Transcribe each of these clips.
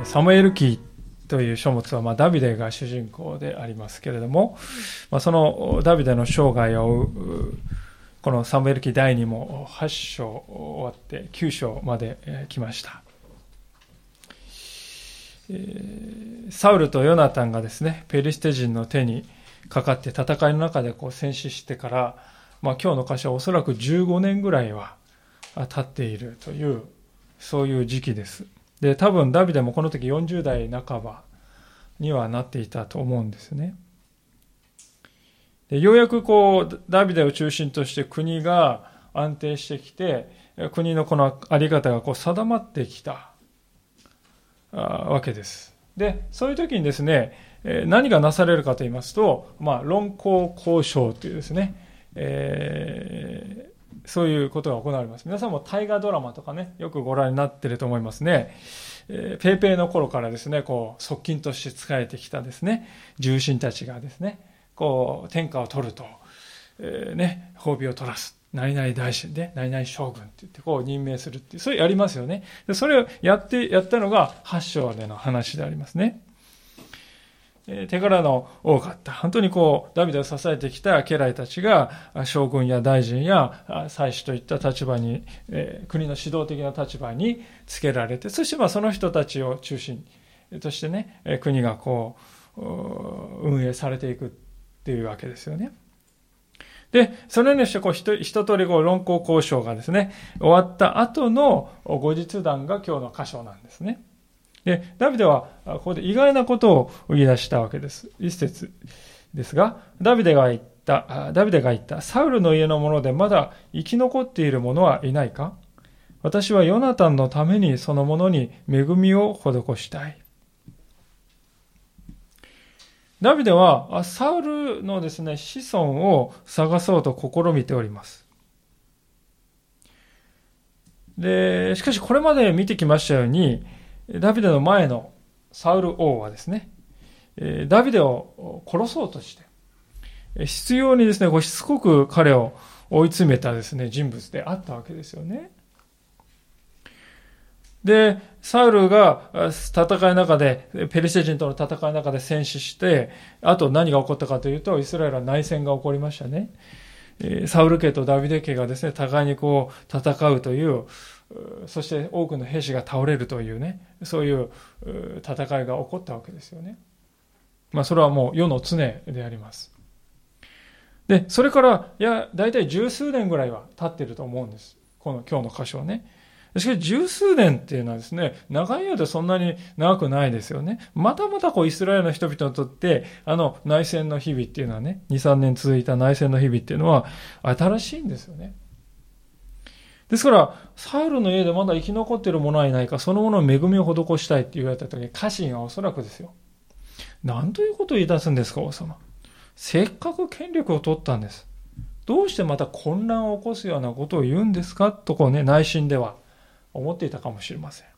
サムエル記という書物は、ダビデが主人公でありますけれども、そのダビデの生涯を追うこのサムエル記第2も8章終わって9章まで来ました。サウルとヨナタンがですね、ペリシテ人の手にかかって戦いの中で戦死してから、今日の箇所はおそらく15年ぐらいは経っているという、そういう時期です。で、多分ダビデもこの時40代半ばにはなっていたと思うんですね。で、ようやくダビデを中心として国が安定してきて、国のこのあり方が定まってきたわけです。で、そういう時にですね、何がなされるかと言いますと、論功行賞というですね、そういうことが行われます。皆さんも大河ドラマとかね、よくご覧になっていると思いますね。ペーペーの頃からですね、側近として仕えてきたですね、重臣たちがですね、天下を取ると、褒美を取らす。何々大臣で、何々将軍って言って任命するっていう、それやりますよね。でそれをやったのが8章での話でありますね。手柄の多かった。本当にダビデを支えてきた家来たちが将軍や大臣や祭司といった立場に、国の指導的な立場につけられて、そしてその人たちを中心としてね、国が運営されていくっていうわけですよね。で、そのようにして一通り論功行賞がですね、終わった後の後日談が今日の箇所なんですね。で、ダビデはここで意外なことを言い出したわけです。一節ですが、ダビデが言った、サウルの家の者でまだ生き残っている者はいないか？私はヨナタンのためにその者に恵みを施したい。ダビデはサウルのですね、子孫を探そうと試みております。で、しかしこれまで見てきましたように、ダビデの前のサウル王はですね、ダビデを殺そうとして、執拗にですね、しつこく彼を追い詰めたですね、人物であったわけですよね。で、サウルが戦いの中で、ペリシテ人との戦いの中で戦死して、あと何が起こったかというと、イスラエルは内戦が起こりましたね。サウル家とダビデ家がですね、互いに戦うという、そして多くの兵士が倒れるというね、そういう戦いが起こったわけですよね。それはもう世の常であります。で、それから、だいたい十数年ぐらいは経っていると思うんです。今日の箇所はね。しかし十数年っていうのはですね、長いようでそんなに長くないですよね。またまたイスラエルの人々にとって、内戦の日々っていうのはね、2、3年続いた内戦の日々っていうのは新しいんですよね。ですから、サウルの家でまだ生き残っている者はいないか、その者の恵みを施したいって言われたときに、家臣はおそらくですよ。何ということを言い出すんですか、王様。せっかく権力を取ったんです。どうしてまた混乱を起こすようなことを言うんですかと内心では思っていたかもしれませ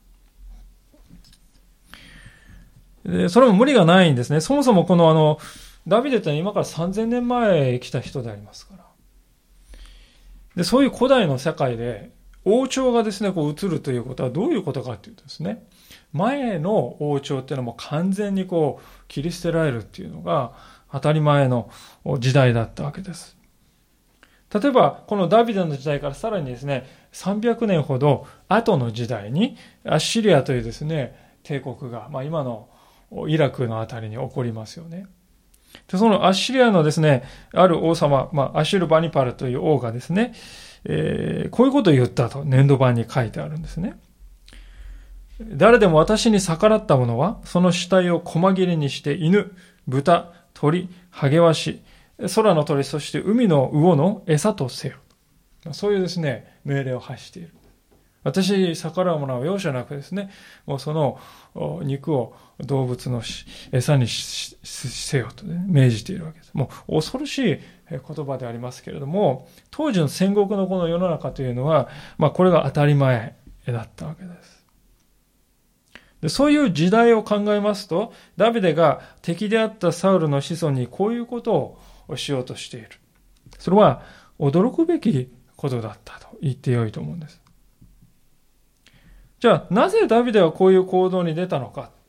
ん。それも無理がないんですね。そもそもダビデって今から3000年前来た人でありますから。で、そういう古代の世界で王朝がですね、移るということはどういうことかというとですね、前の王朝っていうのも完全に切り捨てられるっていうのが当たり前の時代だったわけです。例えば、このダビデの時代からさらにですね、300年ほど後の時代に、アッシリアというですね、帝国が、今のイラクのあたりに起こりますよね。で、そのアッシリアのですね、ある王様、アシュルバニパルという王がですね、こういうことを言ったと粘土板に書いてあるんですね。誰でも私に逆らった者は、その死体を細切れにして犬、豚、鳥、ハゲワシ、空の鳥、そして海の魚の餌とせよ。そういうですね、命令を発している。私、逆らう者は容赦なくですね、もうその肉を動物の餌にせよと、ね、命じているわけです。もう恐ろしい言葉でありますけれども、当時の戦国のこの世の中というのは、これが当たり前だったわけです。で、そういう時代を考えますと、ダビデが敵であったサウルの子孫にこういうことをしようとしている。それは驚くべきことだったと言ってよいと思うんです。じゃあ、なぜダビデはこういう行動に出たのか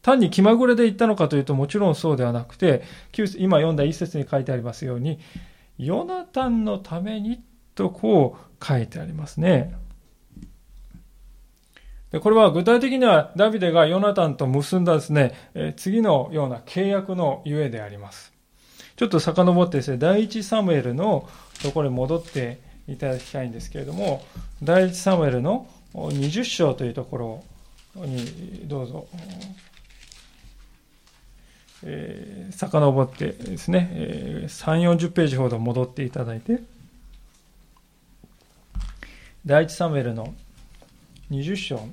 単に気まぐれで言ったのかというともちろんそうではなくて、今読んだ一節に書いてありますように、ヨナタンのためにとこう書いてありますね。でこれは具体的にはダビデがヨナタンと結んだですね、次のような契約のゆえであります。ちょっと遡ってですね、第一サムエルのところに戻っていただきたいんですけれども、第一サムエルの20章というところにどうぞ、遡ってですね、3、40ページほど戻っていただいて、第一サムエルの20章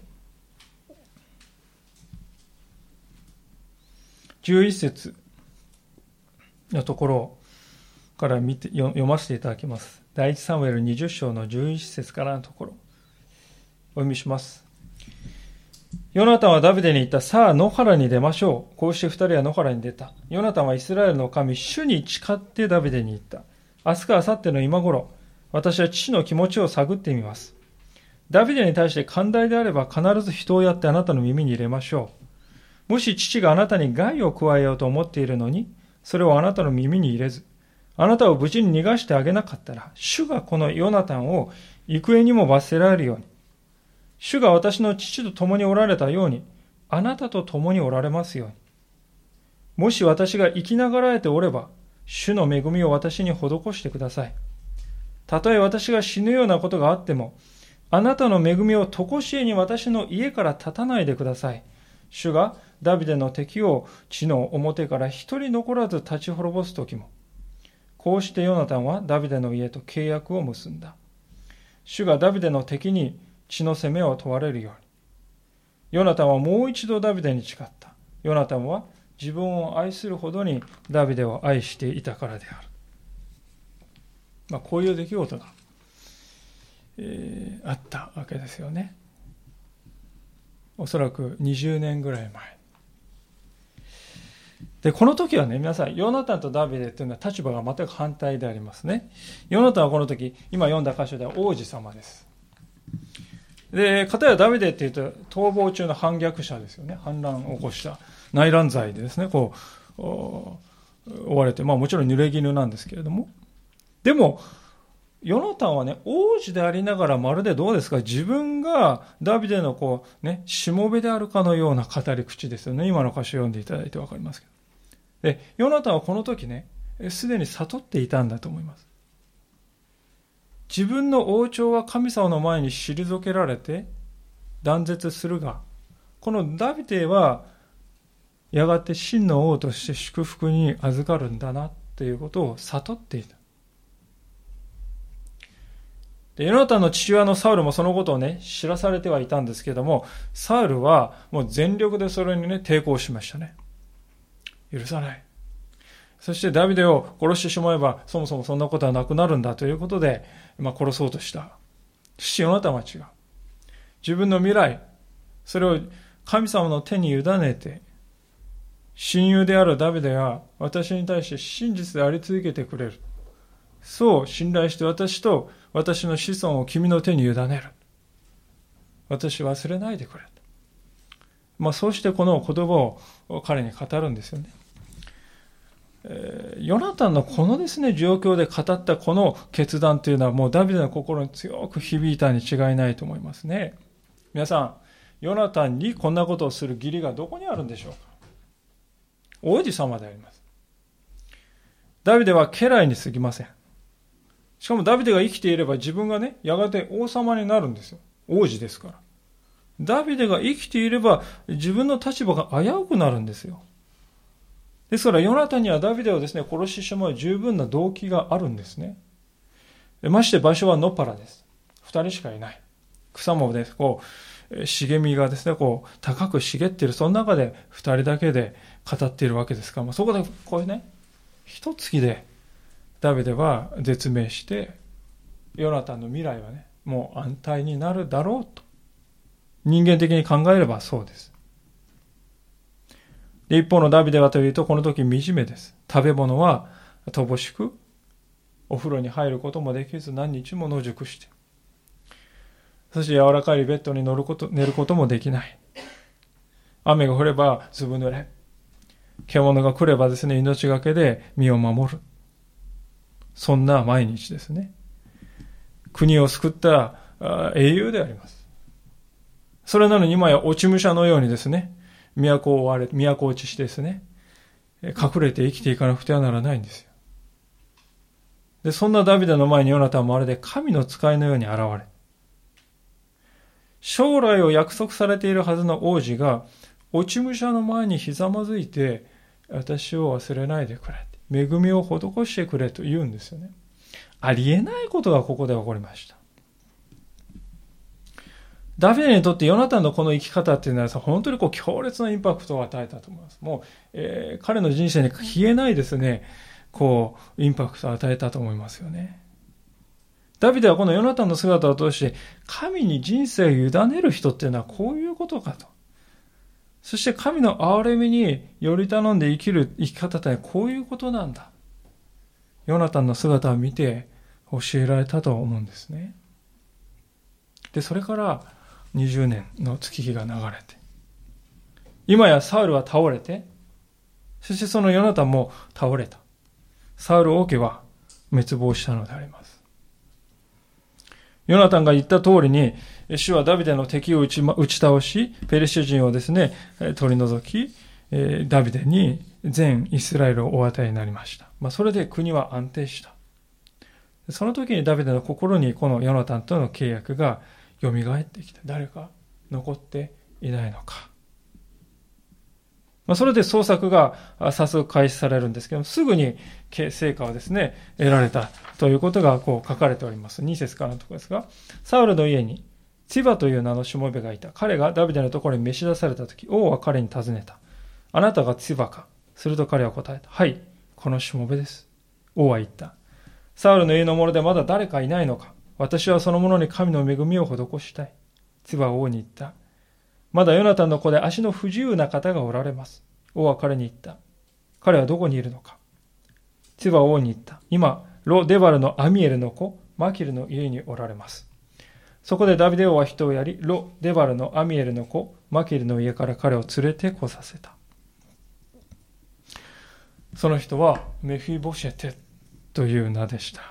11節のところから読ませていただきます。第一サムエル20章の11節からのところ、お読みします。ヨナタンはダビデに言った。さあ野原に出ましょう。こうして二人は野原に出た。ヨナタンはイスラエルの神主に誓ってダビデに言った。明日か明後日の今頃、私は父の気持ちを探ってみます。ダビデに対して寛大であれば必ず人をやってあなたの耳に入れましょう。もし父があなたに害を加えようと思っているのに、それをあなたの耳に入れず、あなたを無事に逃がしてあげなかったら、主がこのヨナタンを幾重にも罰せられるように、主が私の父と共におられたように、あなたと共におられますように。もし私が生きながらえておれば、主の恵みを私に施してください。たとえ私が死ぬようなことがあっても、あなたの恵みを常しえに私の家から立たないでください。主がダビデの敵を地の表から一人残らず立ち滅ぼす時も、こうしてヨナタンはダビデの家と契約を結んだ。主がダビデの敵に血の責めを問われるように。ヨナタンはもう一度ダビデに誓った。ヨナタンは自分を愛するほどにダビデを愛していたからである。こういう出来事が、あったわけですよね。おそらく20年ぐらい前。で、この時はね、皆さん、ヨナタンとダビデというのは立場が全く反対でありますね。ヨナタンはこの時、今読んだ箇所では王子様です。で、片やダビデっていうと、逃亡中の反逆者ですよね。反乱を起こした内乱罪でですね、追われて、もちろん濡れ衣なんですけれども。でも、ヨナタンはね、王子でありながらまるでどうですか、自分がダビデのしもべであるかのような語り口ですよね。今の歌詞を読んでいただいてわかりますけど。で、ヨナタンはこの時ね、すでに悟っていたんだと思います。自分の王朝は神様の前に退けられて断絶するが、このダビデはやがて真の王として祝福に預かるんだなということを悟っていた。で、ヨナタンの父親のサウルもそのことをね、知らされてはいたんですけども、サウルはもう全力でそれにね、抵抗しましたね。許さない。そしてダビデを殺してしまえば、そもそもそんなことはなくなるんだということで、殺そうとした。父ヨナタンは違う。自分の未来、それを神様の手に委ねて、親友であるダビデが私に対して真実であり続けてくれる。そう信頼して私と私の子孫を君の手に委ねる。私忘れないでくれ。そうしてこの言葉を彼に語るんですよね。ヨナタンのこのですね、状況で語ったこの決断というのはもうダビデの心に強く響いたに違いないと思いますね。皆さん、ヨナタンにこんなことをする義理がどこにあるんでしょうか。王子様であります。ダビデは家来に過ぎません。しかもダビデが生きていれば自分がね、やがて王様になるんですよ。王子ですから。ダビデが生きていれば自分の立場が危うくなるんですよ。ですからヨナタンにはダビデをですね、殺してしまう十分な動機があるんですね。まして場所は野っ原です。二人しかいない。草もね、茂みがですね、高く茂っている、その中で二人だけで語っているわけですから、そこで一月でダビデは絶命して、ヨナタンの未来はね、もう安泰になるだろうと。人間的に考えればそうです。で、一方のダビデはというと、この時惨めです。食べ物は乏しく、お風呂に入ることもできず何日も野宿して、そして柔らかいベッドに寝ることもできない。 雨が降ればずぶ濡れ。獣が来ればですね、命がけで身を守る。そんな毎日ですね。国を救った英雄であります。それなのに今や落ち武者のようにですね、都を落ちしてですね、隠れて生きていかなくてはならないんですよ。で、そんなダビデの前にヨナタンもまるで神の使いのように現れ、将来を約束されているはずの王子が、落ち武者の前にひざまずいて、私を忘れないでくれ。恵みを施してくれと言うんですよね。ありえないことがここで起こりました。ダビデにとってヨナタンのこの生き方っていうのは本当に強烈なインパクトを与えたと思います。もう、彼の人生に消えないですね、インパクトを与えたと思いますよね。ダビデはこのヨナタンの姿を通して神に人生を委ねる人っていうのはこういうことかと。そして神の憐れみにより頼んで生きる生き方ってこういうことなんだ。ヨナタンの姿を見て教えられたと思うんですね。で、それから20年の月日が流れて、今やサウルは倒れて、そしてそのヨナタンも倒れた。サウル王家は滅亡したのであります。ヨナタンが言った通りに、主はダビデの敵を打ち倒し、ペリシテ人をですね、取り除き、ダビデに全イスラエルをお与えになりました。それで国は安定した。その時にダビデの心にこのヨナタンとの契約が蘇ってきた。誰か残っていないのか。それで捜索が早速開始されるんですけど、すぐに成果をですね、得られたということが書かれております。2節からのところですが、サウルの家にツバという名のしもべがいた。彼がダビデのところに召し出されたとき、王は彼に尋ねた。あなたがツバか。すると彼は答えた。はい、このしもべです。王は言った。サウルの家の者でまだ誰かいないのか。私はその者に神の恵みを施したい。ツバは王に言った。まだヨナタンの子で足の不自由な方がおられます。王は彼に言った。彼はどこにいるのか。ツバは王に言った。今、ロ・デバルのアミエルの子、マキルの家におられます。そこでダビデ王は人をやり、ロ・デバルのアミエルの子、マキルの家から彼を連れて来させた。その人はメフィボシェテという名でした。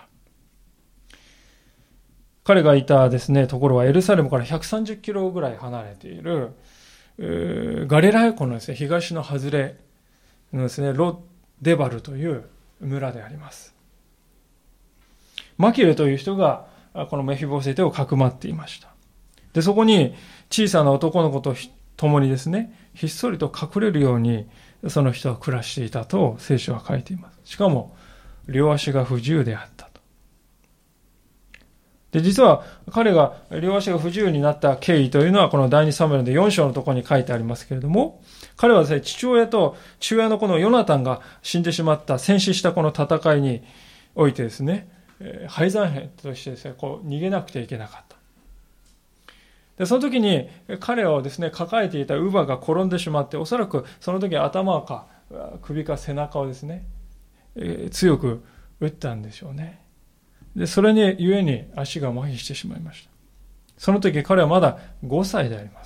彼がいたですね、ところはエルサレムから130キロぐらい離れているガリラヤ湖のですね、東の外れのですね、ロ・デバルという村であります。マキルという人がこのメフィボシェテをかくまっていました。で、そこに小さな男の子と共にですね、ひっそりと隠れるようにその人は暮らしていたと聖書は書いています。しかも両足が不自由であったと。で、実は彼が両足が不自由になった経緯というのはこの第2サムエルで4章のところに書いてありますけれども、彼はですね、父親のこのヨナタンが死んでしまった戦死したこの戦いにおいてですね、敗残兵としてですね、逃げなくてはいけなかった。で、その時に彼をですね、抱えていた乳母が転んでしまって、おそらくその時頭か首か背中をですね、強く打ったんでしょうね。で、それにゆえに足が麻痺してしまいました。その時彼はまだ5歳であります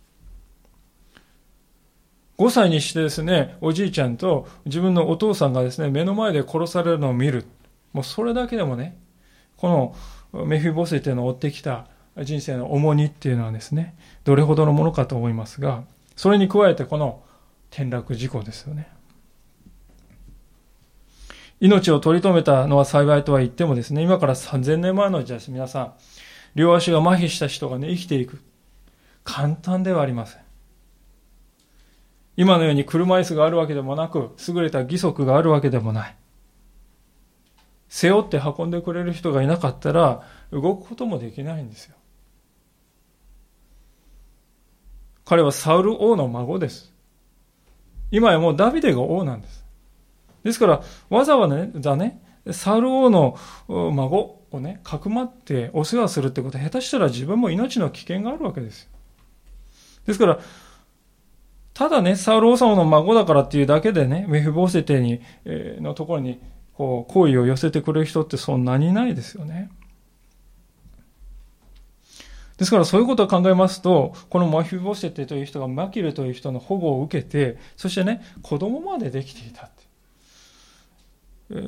。5歳にしてですね、おじいちゃんと自分のお父さんがですね、目の前で殺されるのを見る。もうそれだけでもね、このメフィボシェテの追ってきた人生の重荷っていうのはですね、どれほどのものかと思いますが、それに加えてこの転落事故ですよね。命を取り留めたのは幸いとは言ってもですね、今から3000年前の時代です。皆さん、両足が麻痺した人がね、生きていく。簡単ではありません。今のように車椅子があるわけでもなく、優れた義足があるわけでもない。背負って運んでくれる人がいなかったら、動くこともできないんですよ。彼はサウル王の孫です。今やもうダビデが王なんです。ですから、わざわざね、サウル王の孫をね、かくまってお世話するってことは、下手したら自分も命の危険があるわけですよ。ですから、ただね、サウル王様の孫だからっていうだけでね、メフィボシェテにのところに好意を寄せてくれる人ってそんなにいないですよね。 ですからそういうことを考えますと、このメフィボシェテという人がマキルという人の保護を受けて、そしてね、子供までできていたって。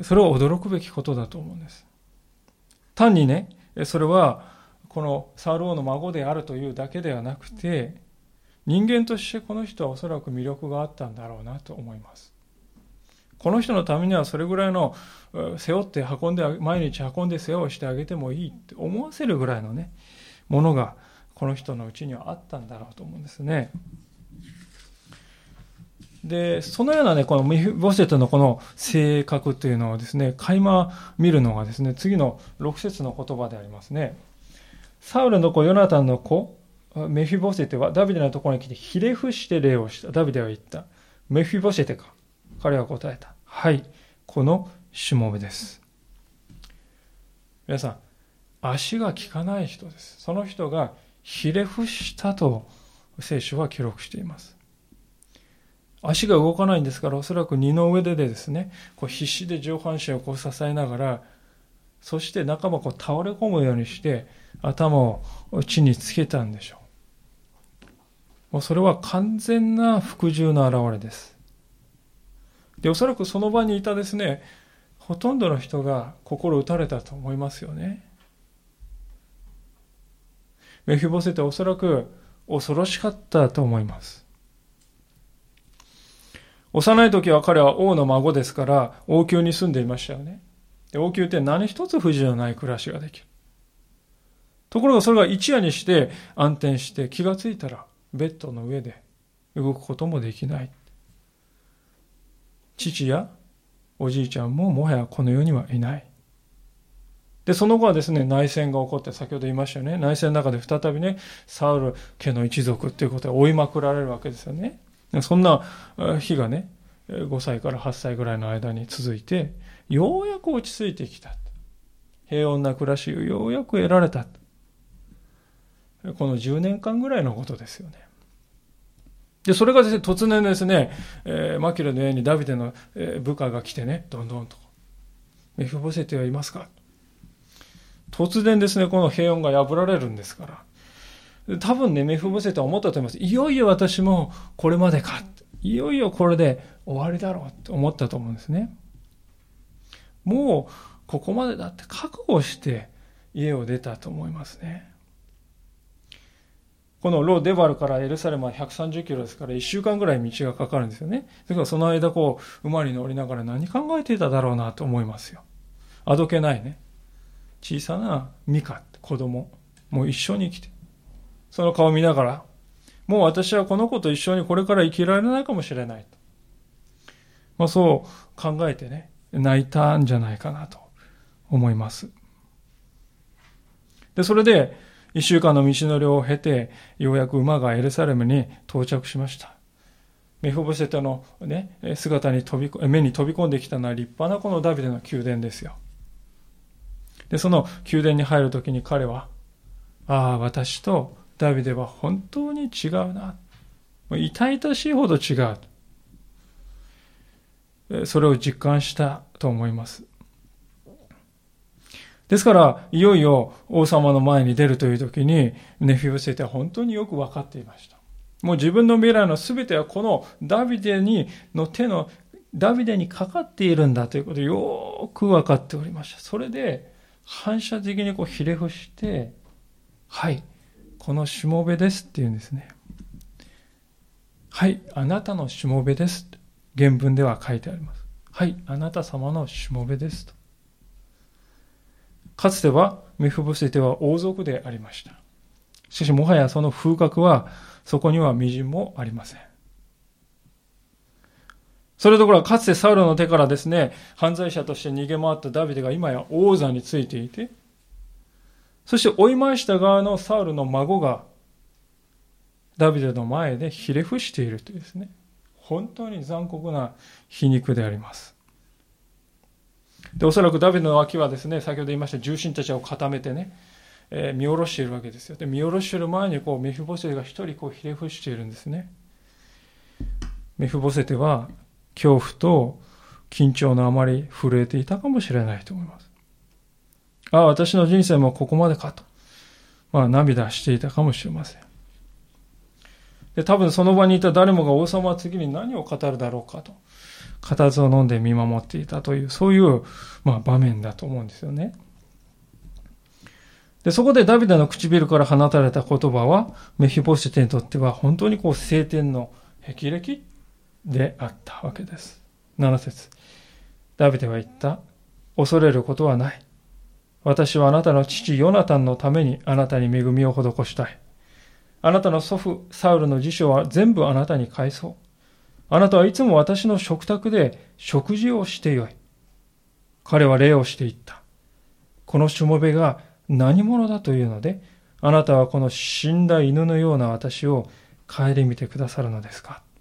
それは驚くべきことだと思うんです。単にね、それはこのサウル王の孫であるというだけではなくて、人間としてこの人はおそらく魅力があったんだろうなと思います。この人のためにはそれぐらいの背負って毎日運んで世話をしてあげてもいいって思わせるぐらいのね、ものがこの人のうちにはあったんだろうと思うんですね。で、そのようなね、このメフィボシェテのこの性格というのをですね、垣間見るのがですね、次の6節の言葉でありますね。サウルの子、ヨナタンの子、メフィボシェテはダビデのところに来てひれ伏して礼をした。ダビデは言った。メフィボシェテか。彼は答えた。はい、このしもべです。皆さん、足が利かない人です。その人がひれ伏したと聖書は記録しています。足が動かないんですから、おそらく二の上でですね、必死で上半身を支えながら、そして半ば倒れ込むようにして頭を地につけたんでしょう。もうそれは完全な服従の表れです。で、おそらくその場にいたですね、ほとんどの人が心打たれたと思いますよね。メフィボシェテはおそらく恐ろしかったと思います。幼い時は彼は王の孫ですから王宮に住んでいましたよね。で、王宮って何一つ不自由のない暮らしができる。ところがそれが一夜にして暗転して気がついたらベッドの上で動くこともできない。父やおじいちゃんももはやこの世にはいない。で、その後はですね、内戦が起こって、先ほど言いましたよね。内戦の中で再びね、サウル家の一族っていうことで追いまくられるわけですよね。そんな日がね、5歳から8歳ぐらいの間に続いて、ようやく落ち着いてきた。平穏な暮らしをようやく得られた。この10年間ぐらいのことですよね。で、それがですね、突然ですね、マキルの家にダビデの部下が来てね、どんどんと、メフィボシェテはいますか？突然ですね、この平穏が破られるんですから。多分ね、メフィボシェテは思ったと思います。いよいよ私もこれまでか。いよいよこれで終わりだろうと思ったと思うんですね。もうここまでだって覚悟して家を出たと思いますね。このローデバルからエルサレムは130キロですから1週間ぐらい道がかかるんですよね。だからその間馬に乗りながら何考えていただろうなと思いますよ。あどけないね。小さなミカ、子供、もう一緒に生きて、その顔を見ながら、もう私はこの子と一緒にこれから生きられないかもしれないと。そう考えてね、泣いたんじゃないかなと思います。で、それで一週間の道のりを経て、ようやく馬がエルサレムに到着しました。メフィボシェテのね、姿に目に飛び込んできたのは立派なこのダビデの宮殿ですよ。で、その宮殿に入るときに彼は、私とダビデは本当に違うな。痛々しいほど違う。それを実感したと思います。ですから、いよいよ王様の前に出るというときに、メフィボシェテは本当によく分かっていました。もう自分の未来のすべてはこのダビデにかかっているんだということをよく分かっておりました。それで、反射的にひれ伏して、はい、このしもべですって言うんですね。はい、あなたのしもべです。原文では書いてあります。はい、あなた様のしもべですと。かつてはメフィボシェテは王族でありました。しかしもはやその風格はそこには微塵もありません。それどころかかつてサウルの手からですね、犯罪者として逃げ回ったダビデが今や王座についていて、そして追い回した側のサウルの孫がダビデの前でひれ伏しているというですね、本当に残酷な皮肉であります。で、おそらくダビデの脇はですね、先ほど言いました重臣たちを固めてね、見下ろしているわけですよ。で、見下ろしている前にメフィボシェテが一人ひれ伏しているんですね。メフィボシェテは恐怖と緊張のあまり震えていたかもしれないと思います。私の人生もここまでかと。 涙していたかもしれません。で、多分その場にいた誰もが王様は次に何を語るだろうかと、固唾を飲んで見守っていたという、そういう、場面だと思うんですよね。で、そこでダビデの唇から放たれた言葉は、メフィボシェテにとっては本当に聖天の霹靂であったわけです。7節。ダビデは言った。恐れることはない。私はあなたの父ヨナタンのためにあなたに恵みを施したい。あなたの祖父サウルの辞書は全部あなたに返そう。あなたはいつも私の食卓で食事をしてよい。彼は礼をして言った。このしもべが何者だというので、あなたはこの死んだ犬のような私を顧みてくださるのですか。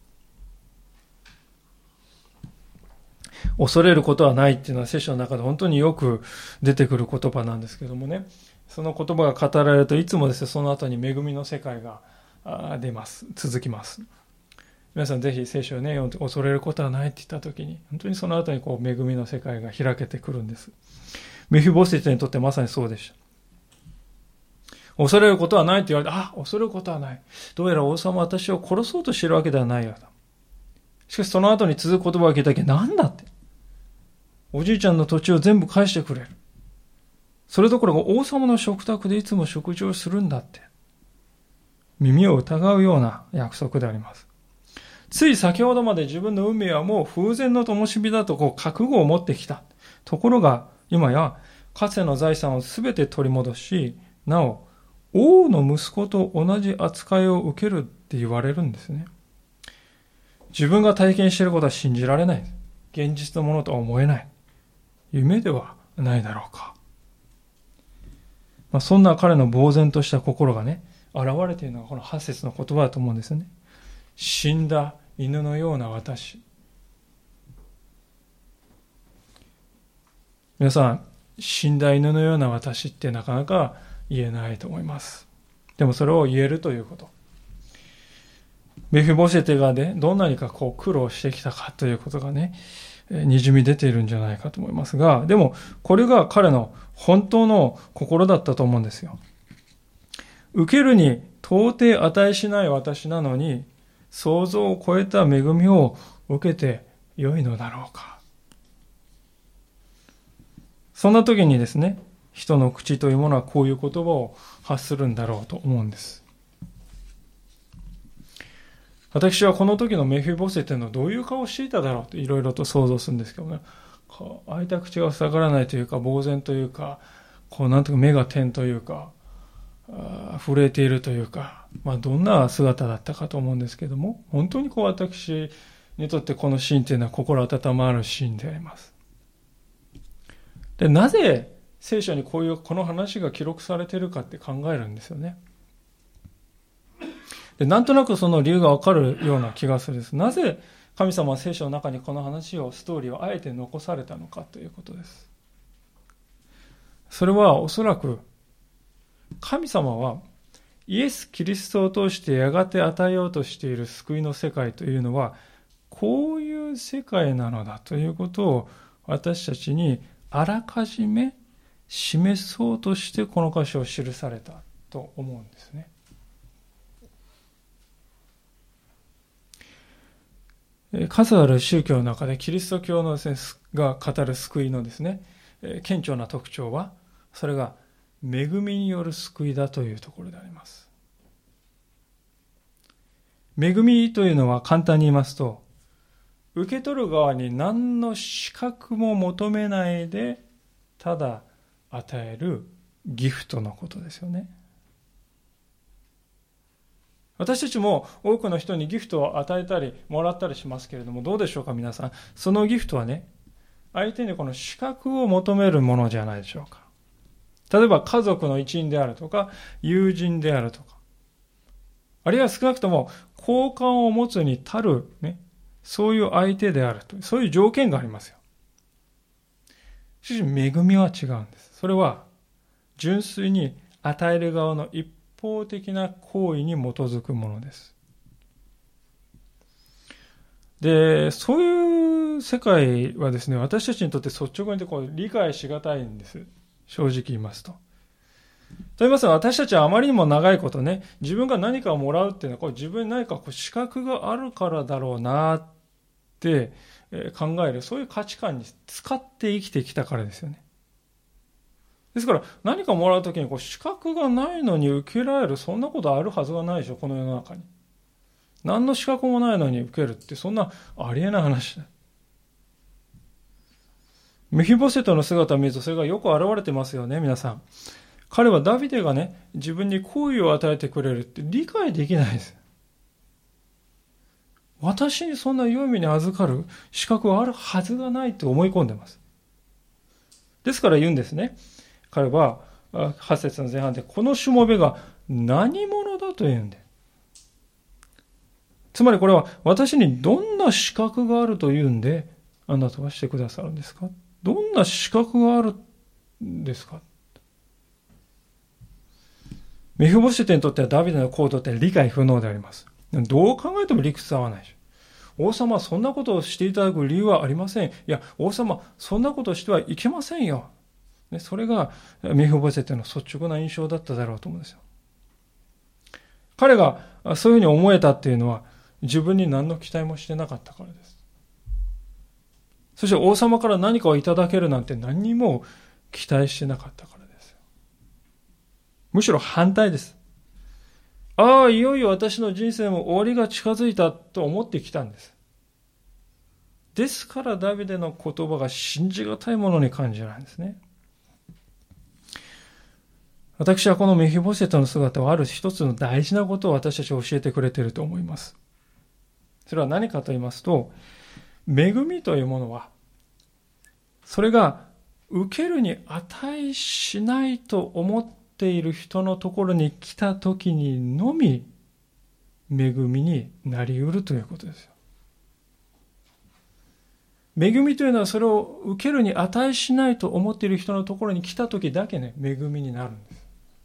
恐れることはないっていうのは聖書の中で本当によく出てくる言葉なんですけどもね、その言葉が語られるといつもですね、その後に恵みの世界が出ます。続きます。皆さんぜひ聖書をね、恐れることはないって言った時に、本当にその後に恵みの世界が開けてくるんです。メフィボシェテにとってまさにそうでした。恐れることはないって言われて、恐れることはない。どうやら王様は私を殺そうとしているわけではないようだ。しかしその後に続く言葉を聞いた時、なんだって。おじいちゃんの土地を全部返してくれる。それどころか王様の食卓でいつも食事をするんだって。耳を疑うような約束であります。つい先ほどまで自分の運命はもう風前の灯火だと覚悟を持ってきた。ところが今やかつての財産をすべて取り戻し、なお王の息子と同じ扱いを受けるって言われるんですね。自分が体験していることは信じられない。現実のものとは思えない。夢ではないだろうか。そんな彼の呆然とした心がね、現れているのがこの8節の言葉だと思うんですよね。死んだ犬のような私。皆さん、死んだ犬のような私ってなかなか言えないと思います。でもそれを言えるということ。メフィボシェテがね、どんなにか苦労してきたかということがね、にじみ出ているんじゃないかと思いますが、でもこれが彼の本当の心だったと思うんですよ。受けるに到底値しない私なのに、想像を超えた恵みを受けてよいのだろうか。そんな時にですね、人の口というものはこういう言葉を発するんだろうと思うんです。私はこの時のメフィボシェテのどういう顔をしていただろうといろいろと想像するんですけどね、開いた口が塞がらないというか、呆然というか、なんとか目が点というか、震えているというか、どんな姿だったかと思うんですけども、本当に私にとってこのシーンというのは心温まるシーンであります。で、なぜ聖書にこの話が記録されているかって考えるんですよね。で、なんとなくその理由がわかるような気がするんです。なぜ神様は聖書の中にこの話を、ストーリーをあえて残されたのかということです。それはおそらく神様はイエス・キリストを通してやがて与えようとしている救いの世界というのはこういう世界なのだということを私たちにあらかじめ示そうとしてこの箇所を記されたと思うんですね。数ある宗教の中でキリスト教のですね、が語る救いのですね、顕著な特徴は、それが恵みによる救いだというところであります。恵みというのは簡単に言いますと、受け取る側に何の資格も求めないで、ただ与えるギフトのことですよね。私たちも多くの人にギフトを与えたりもらったりしますけれども、どうでしょうか皆さん。そのギフトはね、相手にこの資格を求めるものじゃないでしょうか。例えば家族の一員であるとか、友人であるとか、あるいは少なくとも好感を持つに足る、ね、そういう相手であると、そういう条件がありますよ。しかし恵みは違うんです。それは純粋に与える側の一方的な行為に基づくものです。で、そういう世界はですね、私たちにとって率直に理解しがたいんです。正直言いますと。 と言いますのは、私たちはあまりにも長いことね、自分が何かをもらうっていうのは、これ自分に何か資格があるからだろうなって考える、そういう価値観に使って生きてきたからですよね。ですから、何かもらうときに資格がないのに受けられる、そんなことあるはずがないでしょ、この世の中に。何の資格もないのに受けるって、そんなありえない話だ。メフィボセトの姿を見るとそれがよく現れてますよね、皆さん。彼はダビデがね、自分に好意を与えてくれるって理解できないです。私にそんな良い目に預かる資格はあるはずがないと思い込んでます。ですから言うんですね。彼は8節の前半で、このしもべが何者だと言うんで。つまりこれは、私にどんな資格があるというんで、あなたはしてくださるんですか？どんな資格があるんですか？メフィボシェテにとってはダビデの行動って理解不能であります。どう考えても理屈合わないでしょ。王様はそんなことをしていただく理由はありません。いや、王様、そんなことをしてはいけませんよ。それがメフィボシェテの率直な印象だっただろうと思うんですよ。彼がそういうふうに思えたっていうのは、自分に何の期待もしてなかったからです。そして王様から何かをいただけるなんて何にも期待してなかったからですよ。むしろ反対です。ああ、いよいよ私の人生も終わりが近づいたと思ってきたんです。ですからダビデの言葉が信じがたいものに感じられるんですね。私はこのメフィボシェテの姿はある一つの大事なことを私たちは教えてくれていると思います。それは何かと言いますと、恵みというものは、それが受けるに値しないと思っている人のところに来たときにのみ、恵みになり得るということですよ。恵みというのはそれを受けるに値しないと思っている人のところに来たときだけね、恵みになるんです。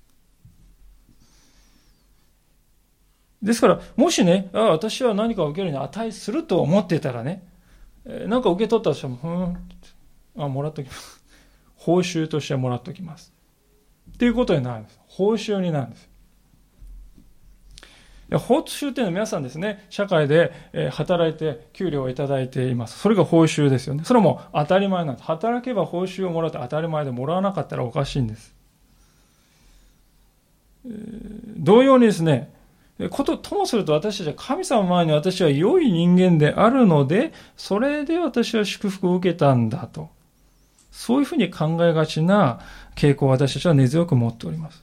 ですから、もしね、私は何かを受けるに値すると思っていたらね、何か受け取ったとしても、もらっときます。報酬としてもらっときます。っていうことになるんです。報酬になるんです。報酬っていうのは皆さんですね、社会で働いて給料をいただいています。それが報酬ですよね。それも当たり前なんです。働けば報酬をもらって当たり前で、もらわなかったらおかしいんです。同様にですね、ともすると私たちは神様の前に私は良い人間であるので、それで私は祝福を受けたんだと。そういうふうに考えがちな傾向を私たちは根強く持っております。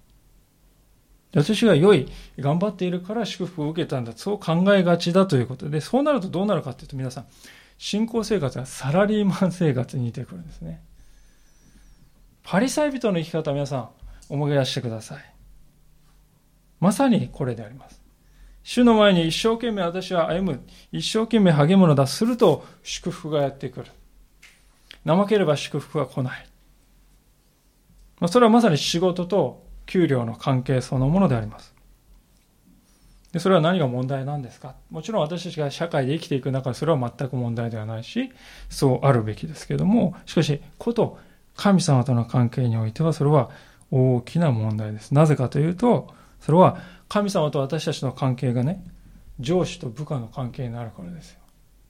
私が頑張っているから祝福を受けたんだ。そう考えがちだということで、そうなるとどうなるかというと、皆さん、信仰生活はサラリーマン生活に似てくるんですね。パリサイ人の生き方、皆さん思い出してください。まさにこれであります。主の前に一生懸命私は歩む、一生懸命励むのだ。すると祝福がやってくる。怠ければ祝福が来ない。それはまさに仕事と給料の関係そのものであります。で、それは何が問題なんですか？もちろん私たちが社会で生きていく中でそれは全く問題ではないし、そうあるべきですけれども、しかし、神様との関係においてはそれは大きな問題です。なぜかというと、それは神様と私たちの関係がね、上司と部下の関係になるからですよ。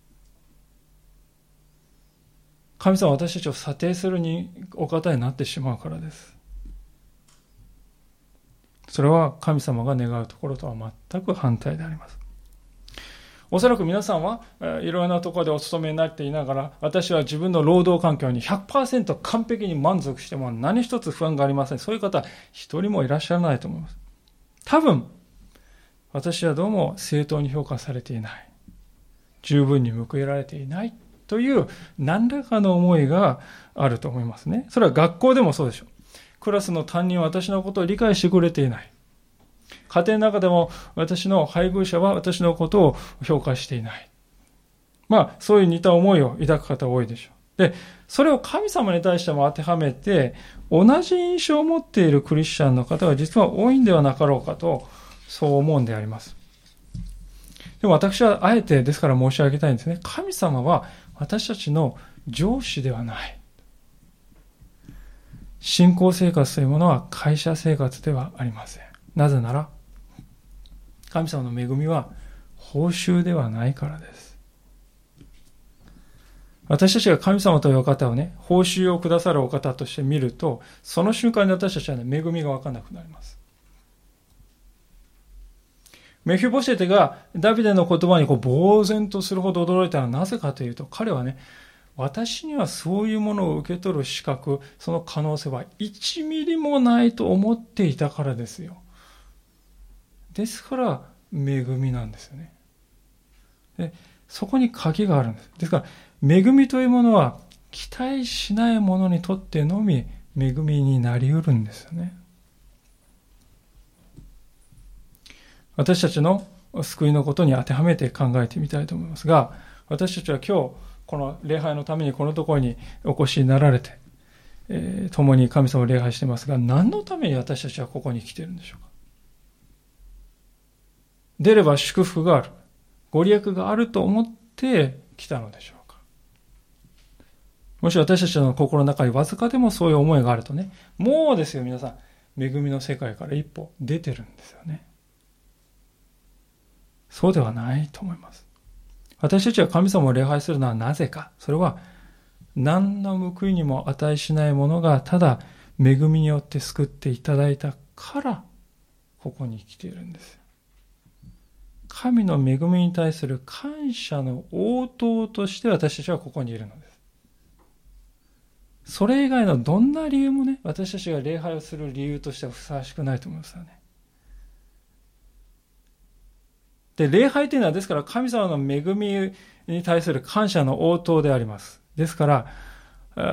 神様は私たちを査定するお方になってしまうからです。それは神様が願うところとは全く反対であります。おそらく皆さんはいろいろなところでお勤めになっていながら、私は自分の労働環境に 100% 完璧に満足しても何一つ不安がありません。そういう方は一人もいらっしゃらないと思います。多分、私はどうも正当に評価されていない。十分に報えられていないという何らかの思いがあると思いますね。それは学校でもそうでしょう。クラスの担任は私のことを理解してくれていない。家庭の中でも私の配偶者は私のことを評価していない。そういう似た思いを抱く方多いでしょう。で、それを神様に対しても当てはめて、同じ印象を持っているクリスチャンの方が実は多いんではなかろうかと、そう思うんであります。でも私はあえてですから申し上げたいんですね。神様は私たちの上司ではない。 信仰生活というものは会社生活ではありません。なぜなら、神様の恵みは報酬ではないからです。私たちが神様というお方をね、報酬をくださるお方として見ると、その瞬間に私たちはね、恵みが分からなくなります。メフィボシェテがダビデの言葉に呆然とするほど驚いたのはなぜかというと、彼はね、私にはそういうものを受け取る資格、その可能性は1ミリもないと思っていたからですよ。ですから、恵みなんですよね。で、そこに鍵があるんです。ですから、恵みというものは、期待しないものにとってのみ、恵みになり得るんですよね。私たちの救いのことに当てはめて考えてみたいと思いますが、私たちは今日、この礼拝のためにこのところにお越しになられて、共に神様を礼拝していますが、何のために私たちはここに来ているんでしょうか。出れば祝福がある、ご利益があると思って来たのでしょうか。もし私たちの心の中にわずかでもそういう思いがあるとね、もうですよ皆さん、恵みの世界から一歩出てるんですよね。そうではないと思います。私たちが神様を礼拝するのはなぜか。それは何の報いにも値しないものがただ恵みによって救っていただいたからここに来ているんです。神の恵みに対する感謝の応答として私たちはここにいるのです。それ以外のどんな理由もね、私たちが礼拝をする理由としてはふさわしくないと思いますよね。で、礼拝というのはですから神様の恵みに対する感謝の応答であります。ですから、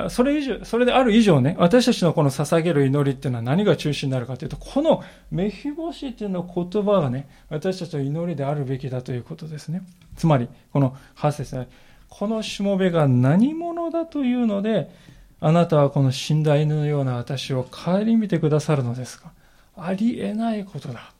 それである以上ね、私たちのこの捧げる祈りっていうのは何が中心になるかというと、このメフィボシテの言葉がね、私たちの祈りであるべきだということですね。つまり、この8節ね、このしもべが何者だというので、あなたはこの死んだ犬のような私を顧みてくださるのですか。ありえないことだ。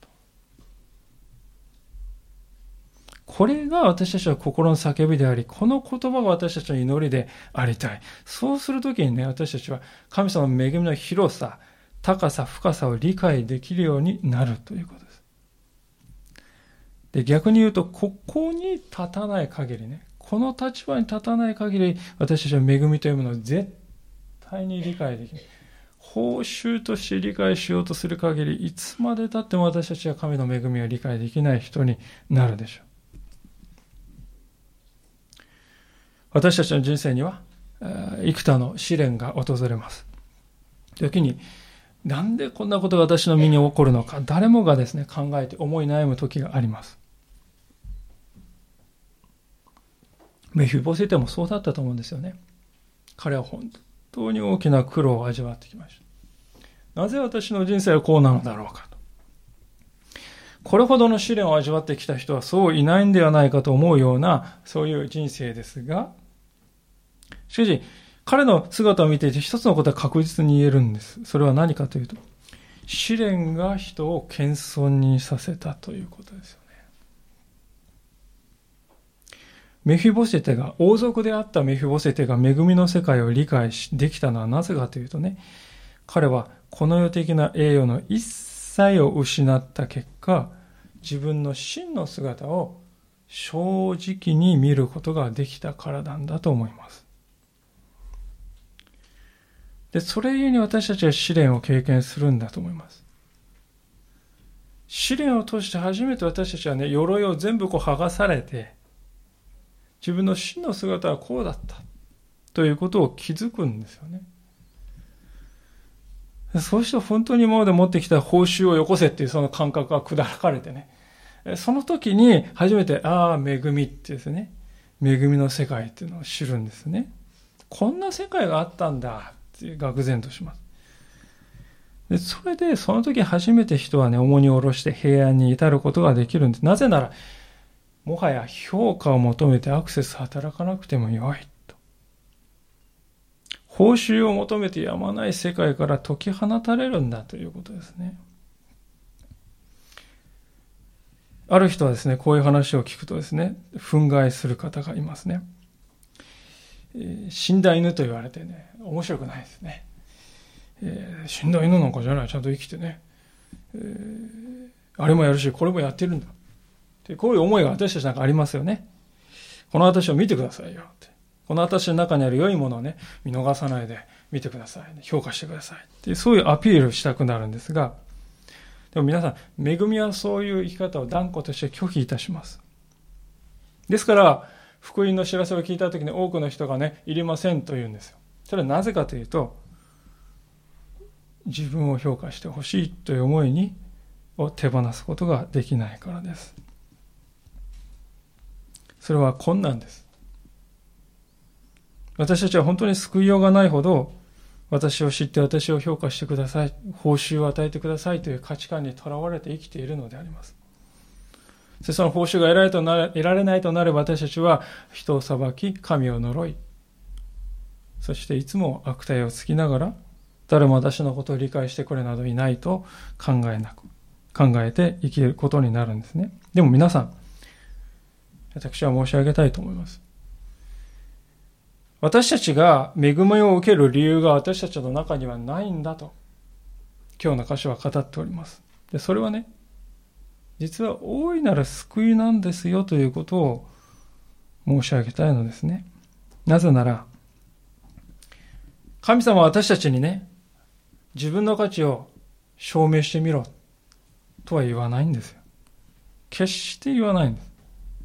これが私たちの心の叫びであり、この言葉が私たちの祈りでありたい。そうするときにね、私たちは神様の恵みの広さ、高さ、深さを理解できるようになるということです。で、逆に言うと、ここに立たない限りね、この立場に立たない限り、私たちは恵みというものを絶対に理解できない。報酬として理解しようとする限り、いつまで経っても私たちは神の恵みを理解できない人になるでしょう。私たちの人生には幾多の試練が訪れます。時に、なんでこんなことが私の身に起こるのか、誰もがですね、考えて思い悩む時があります。メフィボシェテもそうだったと思うんですよね。彼は本当に大きな苦労を味わってきました。なぜ私の人生はこうなのだろうかと。これほどの試練を味わってきた人はそういないんではないかと思うような、そういう人生ですが、しかし、彼の姿を見ていて一つのことは確実に言えるんです。それは何かというと、試練が人を謙遜にさせたということですよね。メフィボシェテが、王族であったメフィボシェテが恵みの世界を理解できたのはなぜかというとね、彼はこの世的な栄誉の一切を失った結果、自分の真の姿を正直に見ることができたからなんだと思います。で、それゆえに私たちは試練を経験するんだと思います。試練を通して初めて私たちはね、鎧を全部剥がされて、自分の真の姿はこうだったということを気づくんですよね。そうして本当に今まで持ってきた報酬をよこせっていうその感覚が砕かれてね、その時に初めて、恵みってですね、恵みの世界っていうのを知るんですね。こんな世界があったんだって愕然とします。で、それでその時初めて人はね、重荷を下ろして平安に至ることができるんです。なぜなら、もはや評価を求めてアクセス働かなくてもよいと。報酬を求めてやまない世界から解き放たれるんだということですね。ある人はですね、こういう話を聞くとですね、憤慨する方がいますね。死んだ犬と言われてね、面白くないですね。 死んだ犬なんかじゃない、ちゃんと生きてね、あれもやるしこれもやってるんだってこういう思いが私たちなんかありますよね。この私を見てくださいよって、この私の中にある良いものをね見逃さないで見てください、評価してくださいってそういうアピールをしたくなるんですが、でも皆さん、恵みはそういう生き方を断固として拒否いたします。ですから福音の知らせを聞いたときに多くの人がね、いりませんと言うんですよ。それはなぜかというと、自分を評価してほしいという思いを手放すことができないからです。それは困難です。私たちは本当に救いようがないほど、私を知って私を評価してください、報酬を与えてくださいという価値観にとらわれて生きているのであります。その報酬が得られないとなれば、私たちは人を裁き、神を呪い、そしていつも悪態をつきながら、誰も私のことを理解してくれなどいないと考えて生きることになるんですね。でも皆さん、私は申し上げたいと思います。私たちが恵みを受ける理由が私たちの中にはないんだと、今日の箇所は語っております。で、それはね、実は大いなる救いなんですよということを申し上げたいのですね。なぜなら、神様は私たちにね、自分の価値を証明してみろとは言わないんですよ。決して言わないんです。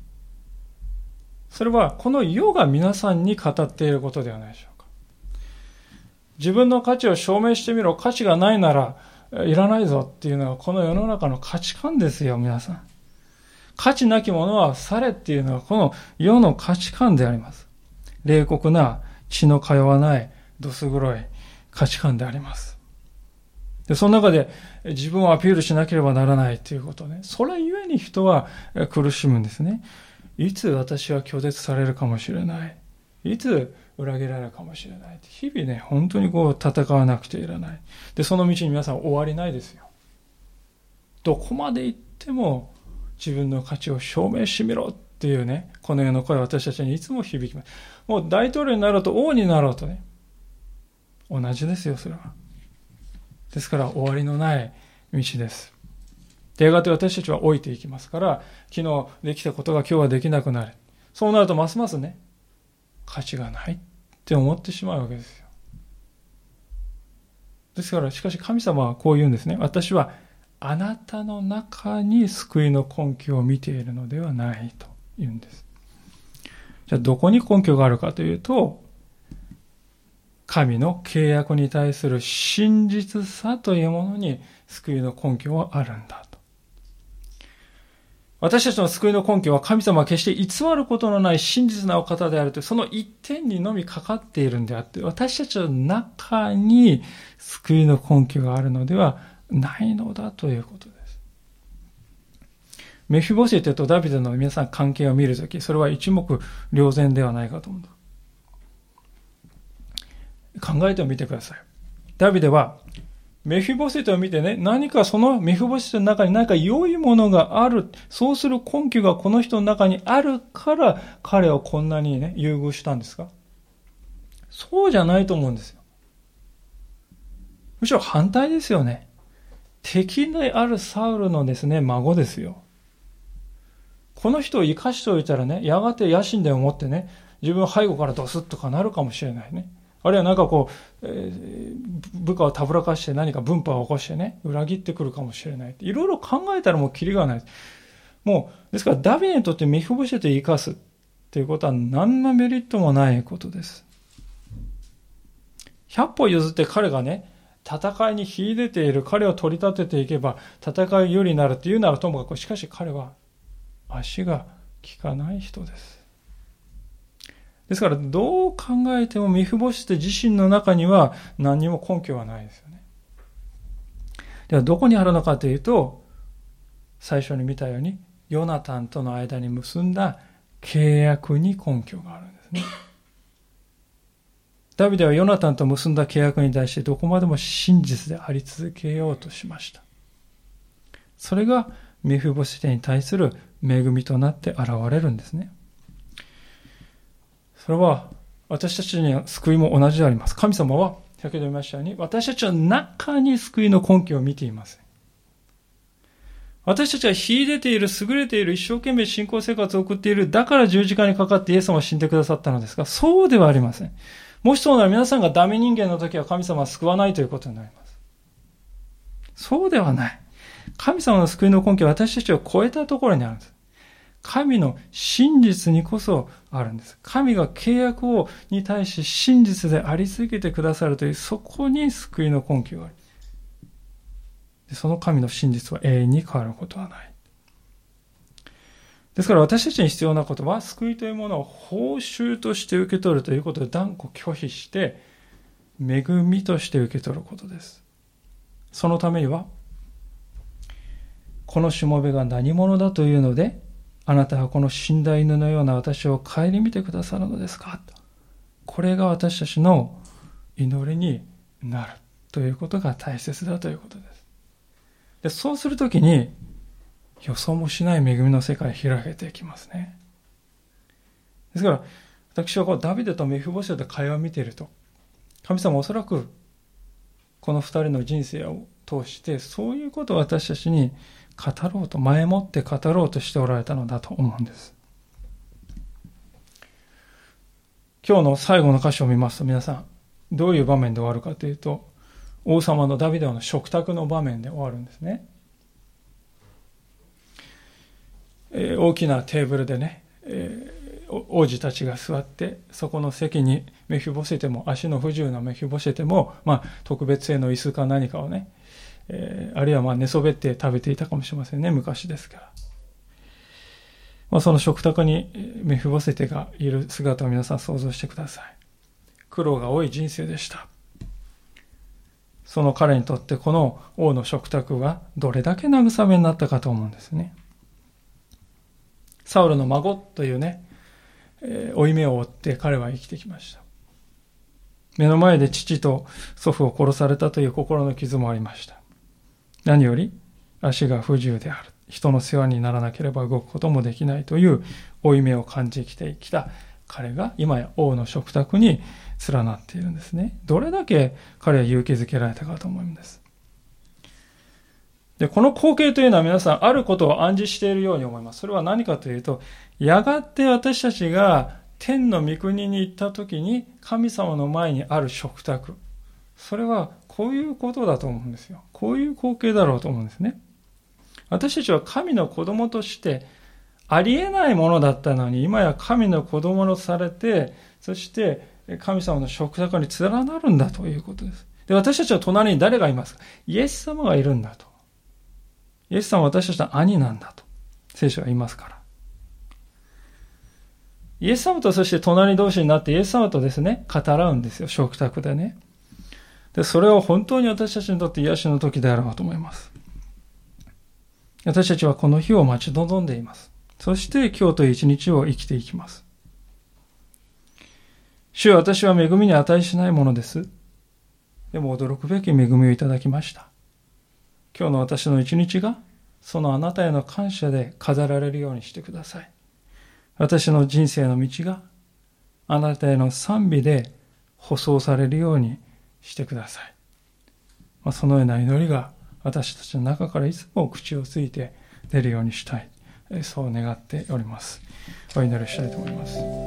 それはこの世が皆さんに語っていることではないでしょうか。自分の価値を証明してみろ、価値がないならいらないぞっていうのはこの世の中の価値観ですよ、皆さん。価値なきものは去れっていうのはこの世の価値観であります。冷酷な血の通わないどす黒い価値観であります。で、その中で自分をアピールしなければならないということね。それゆえに人は苦しむんですね。いつ私は拒絶されるかもしれない。いつ裏切られるかもしれない。日々ね、本当に戦わなくてはいけない。で、その道に皆さん終わりないですよ。どこまで行っても自分の価値を証明してみろっていうね、この世の声は私たちにいつも響きます。もう大統領になろうと王になろうとね、同じですよ、それは。ですから終わりのない道です。で、やがて私たちは老いていきますから、昨日できたことが今日はできなくなる。そうなるとますますね、価値がないって思ってしまうわけですよ。ですから、しかし神様はこう言うんですね。私はあなたの中に救いの根拠を見ているのではないと言うんです。じゃあどこに根拠があるかというと、神の契約に対する真実さというものに救いの根拠はあるんだと。私たちの救いの根拠は神様は決して偽ることのない真実なお方であるというその一点にのみかかっているんであって、私たちの中に救いの根拠があるのではないのだということです。メフィボシェテとダビデの皆さん関係を見るとき、それは一目瞭然ではないかと思う。考えてみてください。ダビデはメフィボシェテを見てね、何かそのメフィボシェテの中に何か良いものがある、そうする根拠がこの人の中にあるから彼をこんなにね、優遇したんですか？そうじゃないと思うんですよ。むしろ反対ですよね。敵であるサウルのですね、孫ですよ。この人を生かしておいたらね、やがて野心で思ってね、自分背後からドスッとかなるかもしれないね。あるいはなんか部下をたぶらかして何か分派を起こしてね、裏切ってくるかもしれない。いろいろ考えたらもうキリがない。もう、ですからダビデにとってメフィボシェテを生かすっていうことは何のメリットもないことです。100歩譲って彼がね、戦いに秀でている彼を取り立てていけば戦い有利になるっていうならともかく、しかし彼は足が利かない人です。ですからどう考えてもメフィボシェテ自身の中には何にも根拠はないですよね。ではどこにあるのかというと、最初に見たようにヨナタンとの間に結んだ契約に根拠があるんですね。ダビデはヨナタンと結んだ契約に対してどこまでも真実であり続けようとしました。それがメフィボシェテに対する恵みとなって現れるんですね。それは私たちには救いも同じであります。神様は先ほど言いましたように、私たちは中に救いの根拠を見ていません。私たちは秀でている、優れている、一生懸命信仰生活を送っている、だから十字架にかかってイエス様は死んでくださったのですが、そうではありません。もしそうなら皆さんがダメ人間の時は神様は救わないということになります。そうではない。神様の救いの根拠は私たちを超えたところにあるんです。神の真実にこそあるんです。神が契約に対し真実であり続けてくださるという、そこに救いの根拠がある。その神の真実は永遠に変わることはない。ですから私たちに必要なことは、救いというものを報酬として受け取るということを断固拒否して、恵みとして受け取ることです。そのためには、このしもべが何者だというので、あなたはこの死んだ犬のような私を顧みてくださるのですか？これが私たちの祈りになるということが大切だということです。で、そうするときに予想もしない恵みの世界が開けていきますね。ですから私はダビデとメフィボシェテの会話を見ていると、神様はおそらくこの二人の人生を通してそういうことを私たちに語ろうと、前もって語ろうとしておられたのだと思うんです。今日の最後の箇所を見ますと、皆さんどういう場面で終わるかというと、王様のダビデの食卓の場面で終わるんですね。大きなテーブルでね、王子たちが座って、そこの席にメフィボシェテも、足の不自由なメフィボシェテも、特別製の椅子か何かをね、あるいは寝そべって食べていたかもしれませんね、昔ですから。その食卓にメフィボシェテがいる姿を皆さん想像してください。苦労が多い人生でした。その彼にとってこの王の食卓がどれだけ慰めになったかと思うんですね。サウルの孫というね、負い目を負って彼は生きてきました。目の前で父と祖父を殺されたという心の傷もありました。何より足が不自由である。人の世話にならなければ動くこともできないという負い目を感じてきた彼が今や王の食卓に連なっているんですね。どれだけ彼は勇気づけられたかと思うんです。で、この光景というのは皆さんあることを暗示しているように思います。それは何かというと、やがて私たちが天の御国に行った時に神様の前にある食卓。それはこういうことだと思うんですよ。こういう光景だろうと思うんですね。私たちは神の子供としてありえないものだったのに、今や神の子供とされて、そして神様の食卓に連なるんだということです。で、私たちは隣に誰がいますか？イエス様がいるんだと。イエス様は私たちの兄なんだと聖書は言いますから。イエス様とそして隣同士になってイエス様とですね、語らうんですよ、食卓でね。で、それは本当に私たちにとって癒しの時であろうと思います。私たちはこの日を待ち望んでいます。そして今日という一日を生きていきます。主よ、私は恵みに値しないものです。でも驚くべき恵みをいただきました。今日の私の一日がそのあなたへの感謝で飾られるようにしてください。私の人生の道があなたへの賛美で舗装されるようにしてください。そのような祈りが私たちの中からいつも口をついて出るようにしたい。そう願っております。お祈りしたいと思います。